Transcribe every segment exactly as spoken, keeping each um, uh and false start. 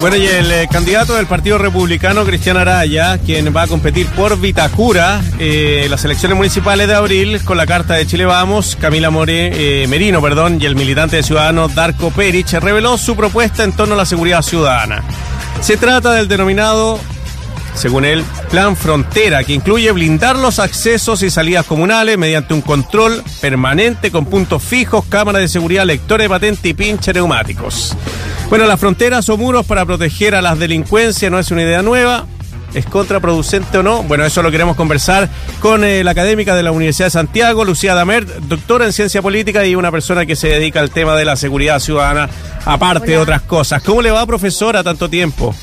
Bueno, y el eh, candidato del Partido Republicano, Cristian Araya, quien va a competir por Vitacura, eh, las elecciones municipales de abril, con la carta de Chile Vamos, Camila More, eh, Merino, perdón, y el militante de Ciudadanos, Darko Peric, reveló su propuesta en torno a la seguridad ciudadana. Se trata del denominado, según él, Plan Frontera, que incluye blindar los accesos y salidas comunales mediante un control permanente con puntos fijos, cámaras de seguridad, lectores de patente y pinches neumáticos. Bueno, las fronteras o muros para proteger a las delincuencias no es una idea nueva. ¿Es contraproducente o no? Bueno, eso lo queremos conversar con eh, la académica de la Universidad de Santiago, Lucía Damert, doctora en ciencia política y una persona que se dedica al tema de la seguridad ciudadana, aparte Hola. de otras cosas. ¿Cómo le va, profesora, tanto tiempo?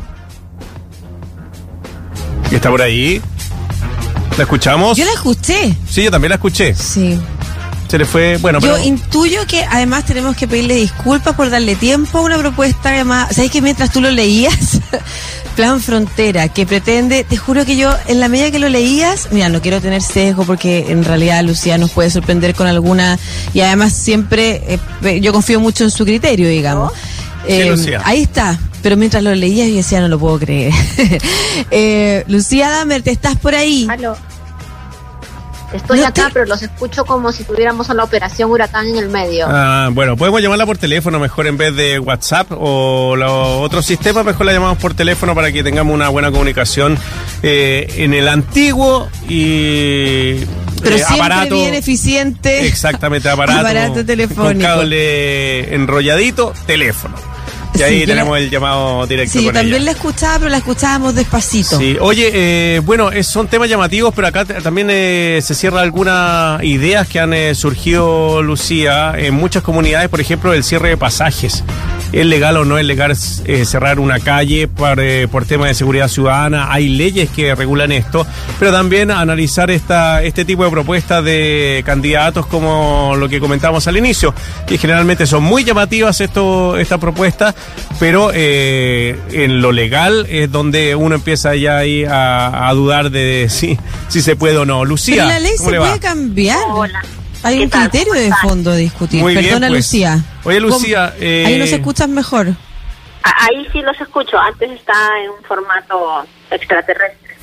¿Está por ahí? ¿La escuchamos? Yo la escuché. Sí, yo también la escuché. Sí. Se le fue, bueno, Yo pero... intuyo que además tenemos que pedirle disculpas por darle tiempo a una propuesta además, ¿sabes que mientras tú lo leías? Plan Frontera, que pretende, te juro que yo, en la medida que lo leías, mira, no quiero tener sesgo porque en realidad Lucía nos puede sorprender con alguna, y además siempre, eh, yo confío mucho en su criterio, digamos. Eh, sí, Lucía. Ahí está, pero mientras lo leías yo decía, no lo puedo creer. eh, Lucía Damert, ¿estás por ahí? Aló. Estoy no acá, te... pero los escucho como si tuviéramos a la operación Huracán en el medio. Ah, bueno, podemos llamarla por teléfono mejor en vez de WhatsApp o los otros sistemas, mejor la llamamos por teléfono para que tengamos una buena comunicación eh, en el antiguo y pero eh, siempre aparato bien eficiente. Exactamente, aparato, aparato telefónico. Con cable enrolladito, teléfono. Y Sí, ahí tenemos la... el llamado directo Sí, con también ella. la escuchaba, pero la escuchábamos despacito. Sí, oye, eh, bueno, es, son temas llamativos, pero acá t- también eh, se cierra algunas ideas que han eh, surgido, Lucía, en muchas comunidades, por ejemplo, el cierre de pasajes. ¿Es legal o no es legal eh, cerrar una calle por, eh, por temas de seguridad ciudadana? Hay leyes que regulan esto, pero también analizar esta este tipo de propuestas de candidatos como lo que comentamos al inicio, que generalmente son muy llamativas esto estas propuestas, pero eh, en lo legal es donde uno empieza ya ahí a, a dudar de si, si se puede o no. Lucía, pero la ley ¿cómo se le puede va? cambiar. Hola. Hay ¿Qué un tal? criterio ¿Cómo de están? fondo a discutir. Muy bien, Perdona, pues. Lucía. Oye, Lucía... Eh... Ahí nos escuchas mejor. A- Ahí sí los escucho. Antes estaba en un formato extraterrestre.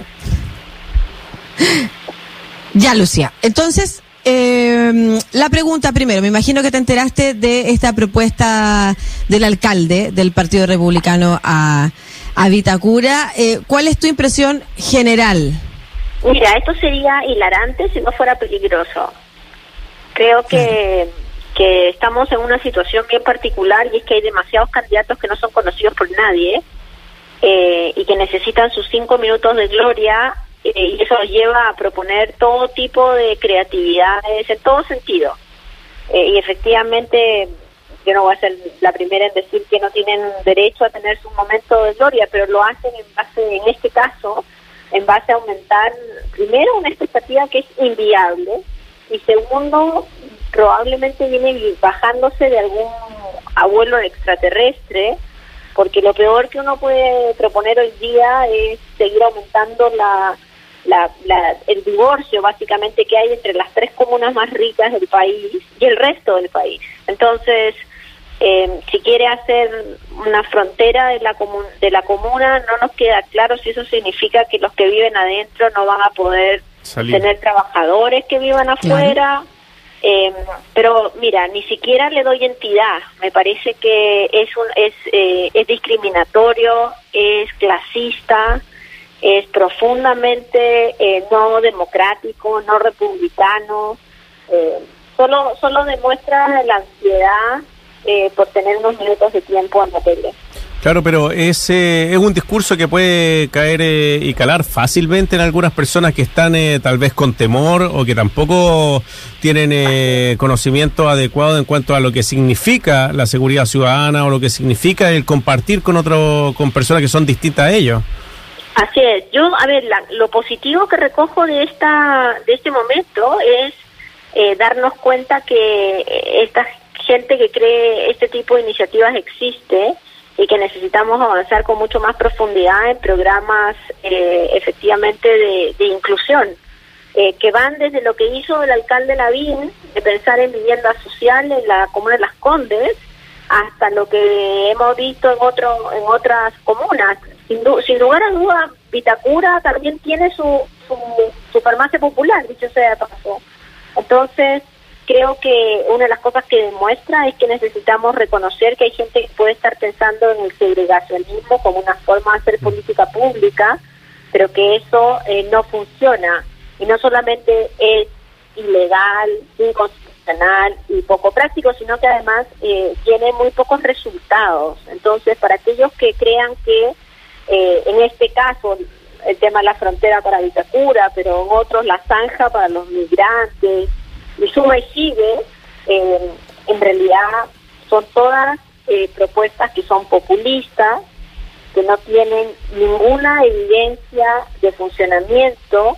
Ya, Lucía. Entonces, eh, la pregunta primero. Me imagino que te enteraste de esta propuesta del alcalde del Partido Republicano a, a Vitacura. Eh, ¿Cuál es tu impresión general? Mira, esto sería hilarante si no fuera peligroso. Creo que, que estamos en una situación bien particular y es que hay demasiados candidatos que no son conocidos por nadie eh, y que necesitan sus cinco minutos de gloria eh, y eso los lleva a proponer todo tipo de creatividades en todo sentido. Eh, y efectivamente, yo no voy a ser la primera en decir que no tienen derecho a tener su momento de gloria, pero lo hacen en base, en este caso, en base a aumentar, primero, una expectativa que es inviable, y segundo, probablemente viene bajándose de algún abuelo extraterrestre, porque lo peor que uno puede proponer hoy día es seguir aumentando la, la, la el divorcio básicamente que hay entre las tres comunas más ricas del país y el resto del país. Entonces, eh, si quiere hacer una frontera de la comun, de la comuna, no nos queda claro si eso significa que los que viven adentro no van a poder salir, tener trabajadores que vivan afuera. Claro. Eh, pero mira, ni siquiera le doy entidad. Me parece que es un es eh, es discriminatorio, es clasista, es profundamente eh, no democrático, no republicano. Eh, solo solo demuestra la ansiedad eh, por tener unos minutos de tiempo en la tele. Claro, pero es, eh, es un discurso que puede caer eh, y calar fácilmente en algunas personas que están eh, tal vez con temor o que tampoco tienen eh, conocimiento adecuado en cuanto a lo que significa la seguridad ciudadana o lo que significa el compartir con otro, con personas que son distintas a ellos. Así es. Yo, a ver, la, lo positivo que recojo de esta de este momento es eh, darnos cuenta que esta gente que cree este tipo de iniciativas existe y que necesitamos avanzar con mucho más profundidad en programas eh, efectivamente de, de inclusión, eh, que van desde lo que hizo el alcalde Lavín, de pensar en vivienda social en la comuna de Las Condes, hasta lo que hemos visto en otro en otras comunas. Sin, du- sin lugar a dudas, Vitacura también tiene su, su, su farmacia popular, dicho sea de paso. Entonces, creo que una de las cosas que demuestra es que necesitamos reconocer que hay gente que puede estar pensando en el segregacionismo como una forma de hacer política pública, pero que eso eh, no funciona. Y no solamente es ilegal, inconstitucional y poco práctico, sino que además eh, tiene muy pocos resultados. Entonces, para aquellos que crean que eh, en este caso el tema de la frontera para Vitacura, pero en otros la zanja para los migrantes, y suma y sigue, eh, en realidad son todas eh, propuestas que son populistas, que no tienen ninguna evidencia de funcionamiento,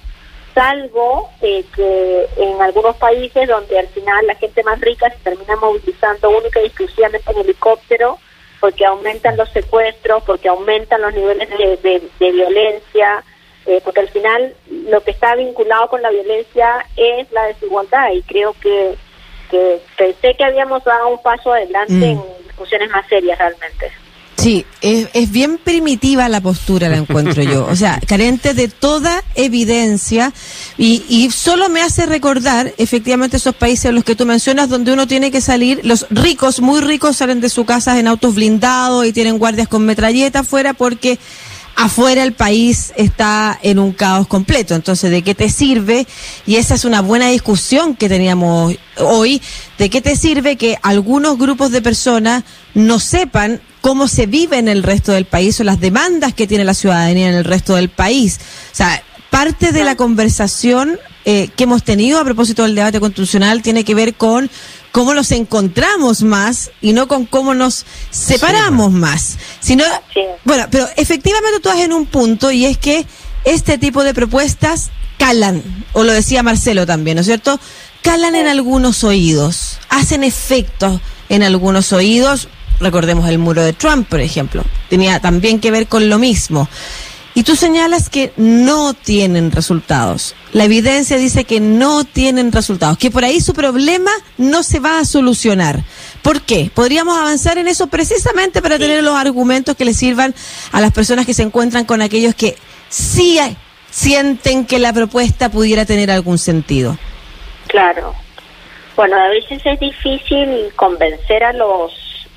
salvo eh, que en algunos países donde al final la gente más rica se termina movilizando única y exclusivamente en helicóptero, porque aumentan los secuestros, porque aumentan los niveles de, de, de violencia, eh, porque al final lo que está vinculado con la violencia es la desigualdad, y creo que, que pensé que habíamos dado un paso adelante mm. en discusiones más serias realmente. Sí, es, es bien primitiva la postura, la encuentro yo. O sea, carente de toda evidencia y, y solo me hace recordar efectivamente esos países en los que tú mencionas donde uno tiene que salir, los ricos, muy ricos, salen de su casa en autos blindados y tienen guardias con metralleta afuera porque afuera el país está en un caos completo. Entonces, ¿de qué te sirve? Y esa es una buena discusión que teníamos hoy. ¿De qué te sirve que algunos grupos de personas no sepan cómo se vive en el resto del país o las demandas que tiene la ciudadanía en el resto del país? O sea, parte de la conversación eh, que hemos tenido a propósito del debate constitucional tiene que ver con cómo nos encontramos más y no con cómo nos separamos sí, más. Sino, sí. Bueno, pero efectivamente tú vas en un punto y es que este tipo de propuestas calan, o lo decía Marcelo también, ¿no es cierto? Calan en algunos oídos, hacen efectos en algunos oídos. Recordemos el muro de Trump, por ejemplo, tenía también que ver con lo mismo. Y tú señalas que no tienen resultados. La evidencia dice que no tienen resultados, que por ahí su problema no se va a solucionar. ¿Por qué? Podríamos avanzar en eso precisamente para tener los argumentos que le sirvan a las personas que se encuentran con aquellos que sí sienten que la propuesta pudiera tener algún sentido. Claro. Bueno, a veces es difícil convencer a los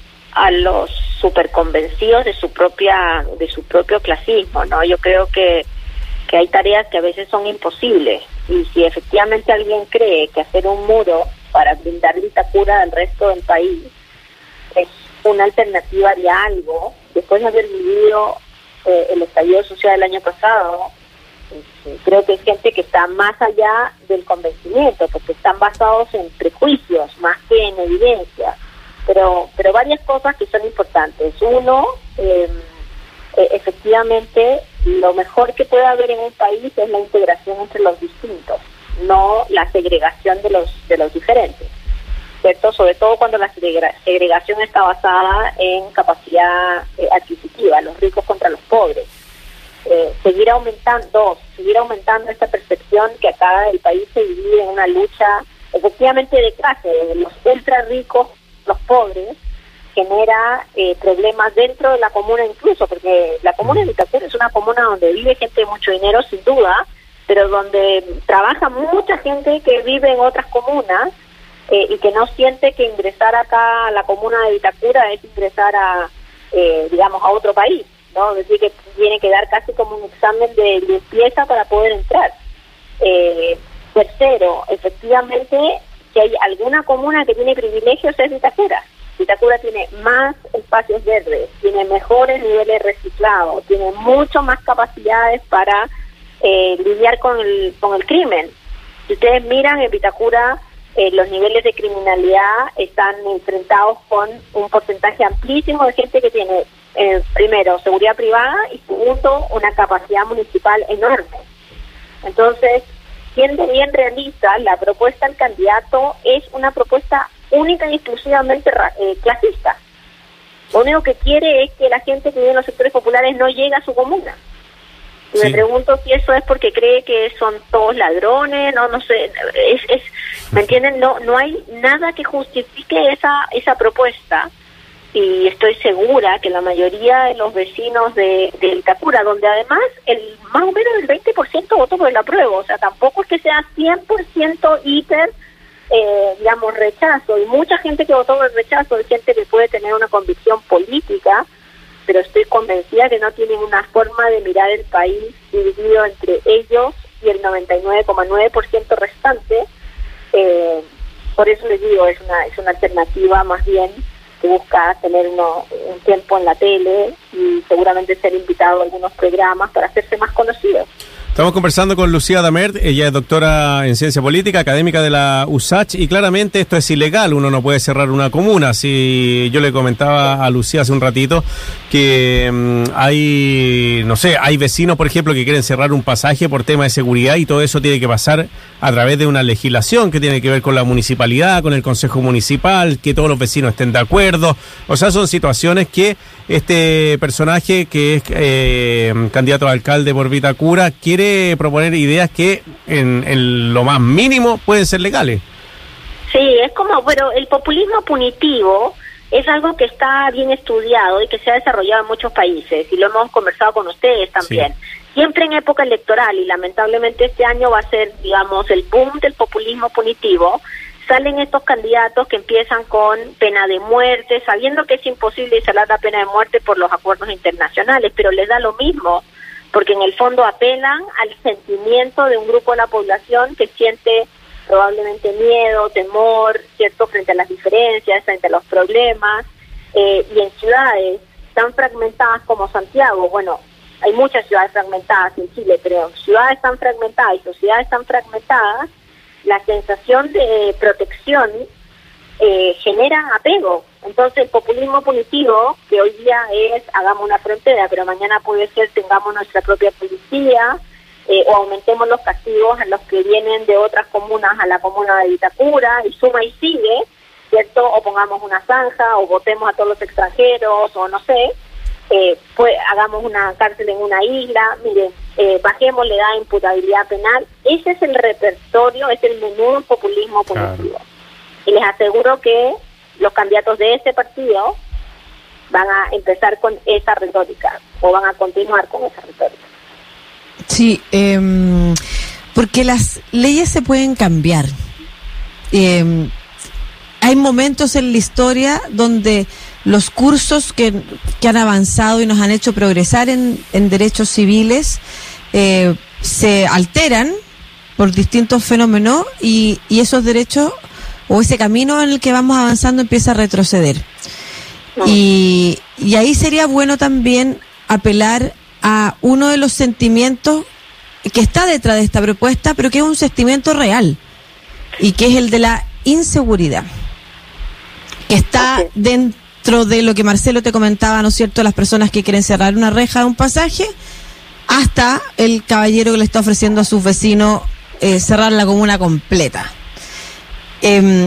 a los super convencidos de su propia de su propio clasismo, ¿no? Yo creo que que hay tareas que a veces son imposibles, y si efectivamente alguien cree que hacer un muro para brindar Vitacura al resto del país es una alternativa de algo, después de haber vivido eh, el estallido social del año pasado, eh, creo que es gente que está más allá del convencimiento, porque están basados en prejuicios más que en evidencia. Pero pero varias cosas que son importantes. Uno, eh, eh, efectivamente, lo mejor que puede haber en un país es la integración entre los distintos, no la segregación de los de los diferentes, ¿cierto? Sobre todo cuando la segregación está basada en capacidad eh, adquisitiva, los ricos contra los pobres. Eh, seguir aumentando, seguir aumentando esta percepción que acá el país se divide en una lucha efectivamente de clase, de los ultra ricos, los pobres, genera eh, problemas dentro de la comuna incluso, porque la comuna de Vitacura es una comuna donde vive gente de mucho dinero sin duda, pero donde trabaja mucha gente que vive en otras comunas eh, y que no siente que ingresar acá a la comuna de Vitacura es ingresar a, eh, digamos, a otro país, ¿no? Es decir, que tiene que dar casi como un examen de limpieza para poder entrar. Eh, tercero, efectivamente, si hay alguna comuna que tiene privilegios es Vitacura. Vitacura tiene más espacios verdes, tiene mejores niveles de reciclado, tiene mucho más capacidades para eh, lidiar con el, con el crimen. Si ustedes miran en Vitacura, eh, los niveles de criminalidad están enfrentados con un porcentaje amplísimo de gente que tiene, eh, primero, seguridad privada y segundo, una capacidad municipal enorme. Entonces, siendo bien realista, la propuesta del candidato es una propuesta única y exclusivamente eh, clasista. Lo único que quiere es que la gente que vive en los sectores populares no llegue a su comuna. Y sí. Me pregunto si eso es porque cree que son todos ladrones, no no sé, es, es ¿me entienden? No no hay nada que justifique esa esa propuesta, y estoy segura que la mayoría de los vecinos de, de Vitacura, donde además el más o menos el veinte por ciento votó por el apruebo, o sea, tampoco es que sea cien por ciento hiper, eh, digamos, rechazo, y mucha gente que votó por el rechazo es gente que puede tener una convicción política, pero estoy convencida que no tienen una forma de mirar el país dividido entre ellos y el noventa y nueve coma nueve por ciento restante. Eh, por eso les digo, es una, es una alternativa más bien que busca tener uno, un tiempo en la tele y seguramente ser invitado a algunos programas para hacerse más conocido. Estamos conversando con Lucía Damert, ella es doctora en ciencia política, académica de la U S A C, y claramente esto es ilegal, uno no puede cerrar una comuna. Si yo le comentaba a Lucía hace un ratito que um, hay, no sé, hay vecinos, por ejemplo, que quieren cerrar un pasaje por tema de seguridad, y todo eso tiene que pasar a través de una legislación que tiene que ver con la municipalidad, con el consejo municipal, que todos los vecinos estén de acuerdo. O sea, son situaciones que este personaje, que es eh, candidato a alcalde por Vitacura, quiere proponer ideas que en, en lo más mínimo pueden ser legales. Sí, es como, pero el populismo punitivo es algo que está bien estudiado y que se ha desarrollado en muchos países, y lo hemos conversado con ustedes también. Sí. Siempre en época electoral, y lamentablemente este año va a ser, digamos, el boom del populismo punitivo. Salen estos candidatos que empiezan con pena de muerte, sabiendo que es imposible instalar la pena de muerte por los acuerdos internacionales, pero les da lo mismo, porque en el fondo apelan al sentimiento de un grupo de la población que siente probablemente miedo, temor, cierto, frente a las diferencias, frente a los problemas, eh, y en ciudades tan fragmentadas como Santiago, bueno, hay muchas ciudades fragmentadas en Chile, pero en ciudades tan fragmentadas y sociedades tan fragmentadas, la sensación de protección eh, genera apego. Entonces el populismo punitivo, que hoy día es hagamos una frontera, pero mañana puede ser tengamos nuestra propia policía, eh, o aumentemos los castigos a los que vienen de otras comunas a la comuna de Vitacura, y suma y sigue, ¿cierto? O pongamos una zanja, o votemos a todos los extranjeros, o no sé, eh, pues hagamos una cárcel en una isla, miren, eh, bajemos la edad de imputabilidad penal. Ese es el repertorio, es el menú del populismo punitivo. Claro. Y les aseguro que los candidatos de ese partido van a empezar con esa retórica, o van a continuar con esa retórica. Sí, eh, porque las leyes se pueden cambiar. Eh, hay momentos en la historia donde los cursos que, que han avanzado y nos han hecho progresar en, en derechos civiles eh, se alteran por distintos fenómenos, y, y esos derechos o ese camino en el que vamos avanzando empieza a retroceder. No. Y, y ahí sería bueno también apelar a uno de los sentimientos que está detrás de esta propuesta, pero que es un sentimiento real, y que es el de la inseguridad, que está okay. dentro de lo que Marcelo te comentaba, ¿no es cierto?, las personas que quieren cerrar una reja de un pasaje, hasta el caballero que le está ofreciendo a sus vecinos eh, cerrar la comuna completa. Eh,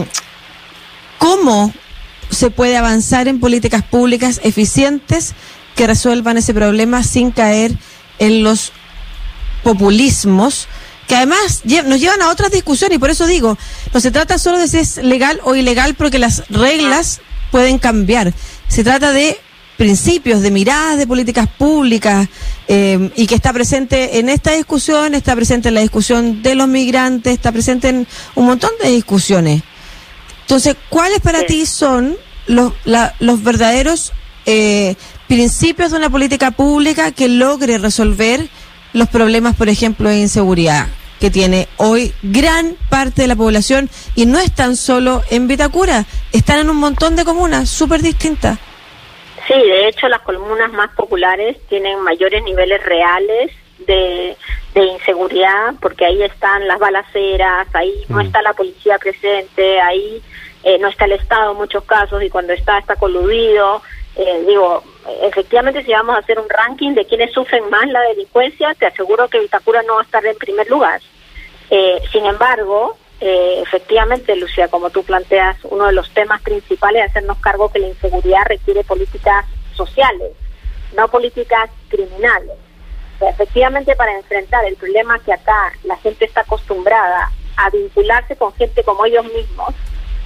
¿Cómo se puede avanzar en políticas públicas eficientes que resuelvan ese problema sin caer en los populismos, que además nos llevan a otras discusiones? Y por eso digo, no se trata solo de si es legal o ilegal, porque las reglas pueden cambiar. Se trata de principios, de miradas de políticas públicas, eh, y que está presente en esta discusión, está presente en la discusión de los migrantes, está presente en un montón de discusiones. Entonces, ¿cuáles para sí. ti son los, la, los verdaderos eh, principios de una política pública que logre resolver los problemas, por ejemplo, de inseguridad que tiene hoy gran parte de la población? Y no están solo en Vitacura, están en un montón de comunas súper distintas. Sí, de hecho las comunas más populares tienen mayores niveles reales de, de inseguridad, porque ahí están las balaceras, ahí mm. no está la policía presente, ahí eh, no está el Estado en muchos casos, y cuando está, está coludido. Eh, digo, efectivamente, si vamos a hacer un ranking de quienes sufren más la delincuencia, te aseguro que Vitacura no va a estar en primer lugar. Eh, sin embargo, eh, efectivamente, Lucía, como tú planteas, uno de los temas principales es hacernos cargo que la inseguridad requiere políticas sociales, no políticas criminales. O sea, efectivamente, para enfrentar el problema que acá la gente está acostumbrada a vincularse con gente como ellos mismos,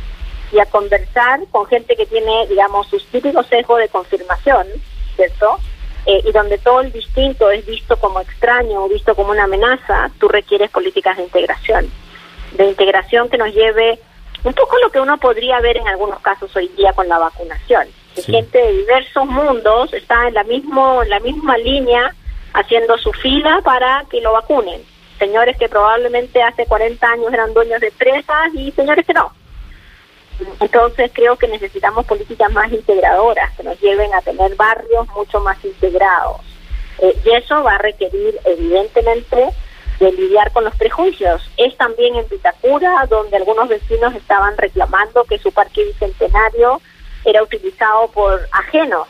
y a conversar con gente que tiene, digamos, sus típicos sesgos de confirmación, ¿cierto? Eh, y donde todo el distinto es visto como extraño o visto como una amenaza, tú requieres políticas de integración, de integración que nos lleve un poco lo que uno podría ver en algunos casos hoy día con la vacunación. Que sí. Gente de diversos mundos está en la, mismo, en la misma línea haciendo su fila para que lo vacunen. Señores que probablemente hace cuarenta años eran dueños de empresas y señores que no. Entonces creo que necesitamos políticas más integradoras que nos lleven a tener barrios mucho más integrados. Eh, y eso va a requerir evidentemente de lidiar con los prejuicios. Es también en Vitacura donde algunos vecinos estaban reclamando que su parque bicentenario era utilizado por ajenos,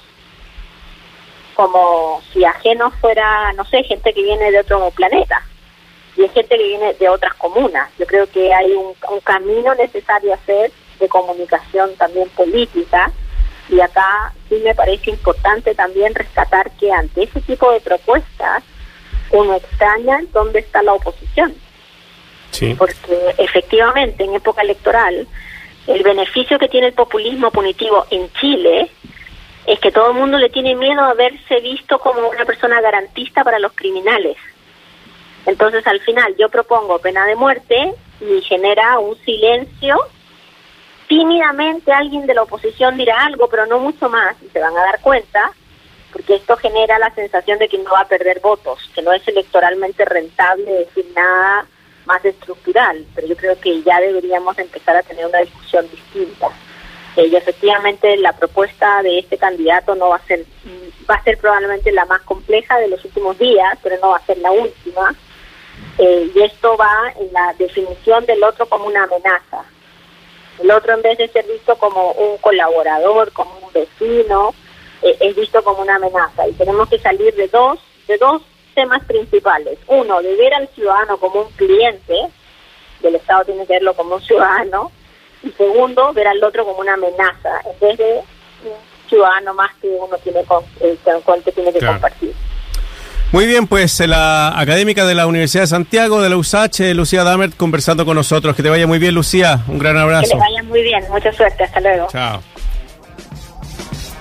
como si ajenos fuera, no sé, gente que viene de otro planeta. Y es gente que viene de otras comunas. Yo creo que hay un, un camino necesario a hacer de comunicación también política, y acá sí me parece importante también rescatar que ante ese tipo de propuestas uno extraña dónde está la oposición. Sí. Porque efectivamente en época electoral el beneficio que tiene el populismo punitivo en Chile es que todo el mundo le tiene miedo a verse visto como una persona garantista para los criminales. Entonces al final yo propongo pena de muerte y genera un silencio. Tímidamente alguien de la oposición dirá algo, pero no mucho más, y se van a dar cuenta, porque esto genera la sensación de que no va a perder votos, que no es electoralmente rentable decir nada más estructural, pero yo creo que ya deberíamos empezar a tener una discusión distinta. Eh, y efectivamente la propuesta de este candidato no va a ser, va a ser probablemente la más compleja de los últimos días, pero no va a ser la última, eh, y esto va en la definición del otro como una amenaza. El otro, en vez de ser visto como un colaborador, como un vecino, eh, es visto como una amenaza. Y tenemos que salir de dos, de dos temas principales. Uno, de ver al ciudadano como un cliente, el Estado tiene que verlo como un ciudadano. Y segundo, ver al otro como una amenaza, en vez de un ciudadano más que uno tiene con, eh, con el que tiene que claro. compartir. Muy bien, pues la académica de la Universidad de Santiago, de la U S H, Lucía Dammert, conversando con nosotros. Que te vaya muy bien, Lucía. Un gran abrazo. Que le vaya muy bien. Mucha suerte. Hasta luego. Chao.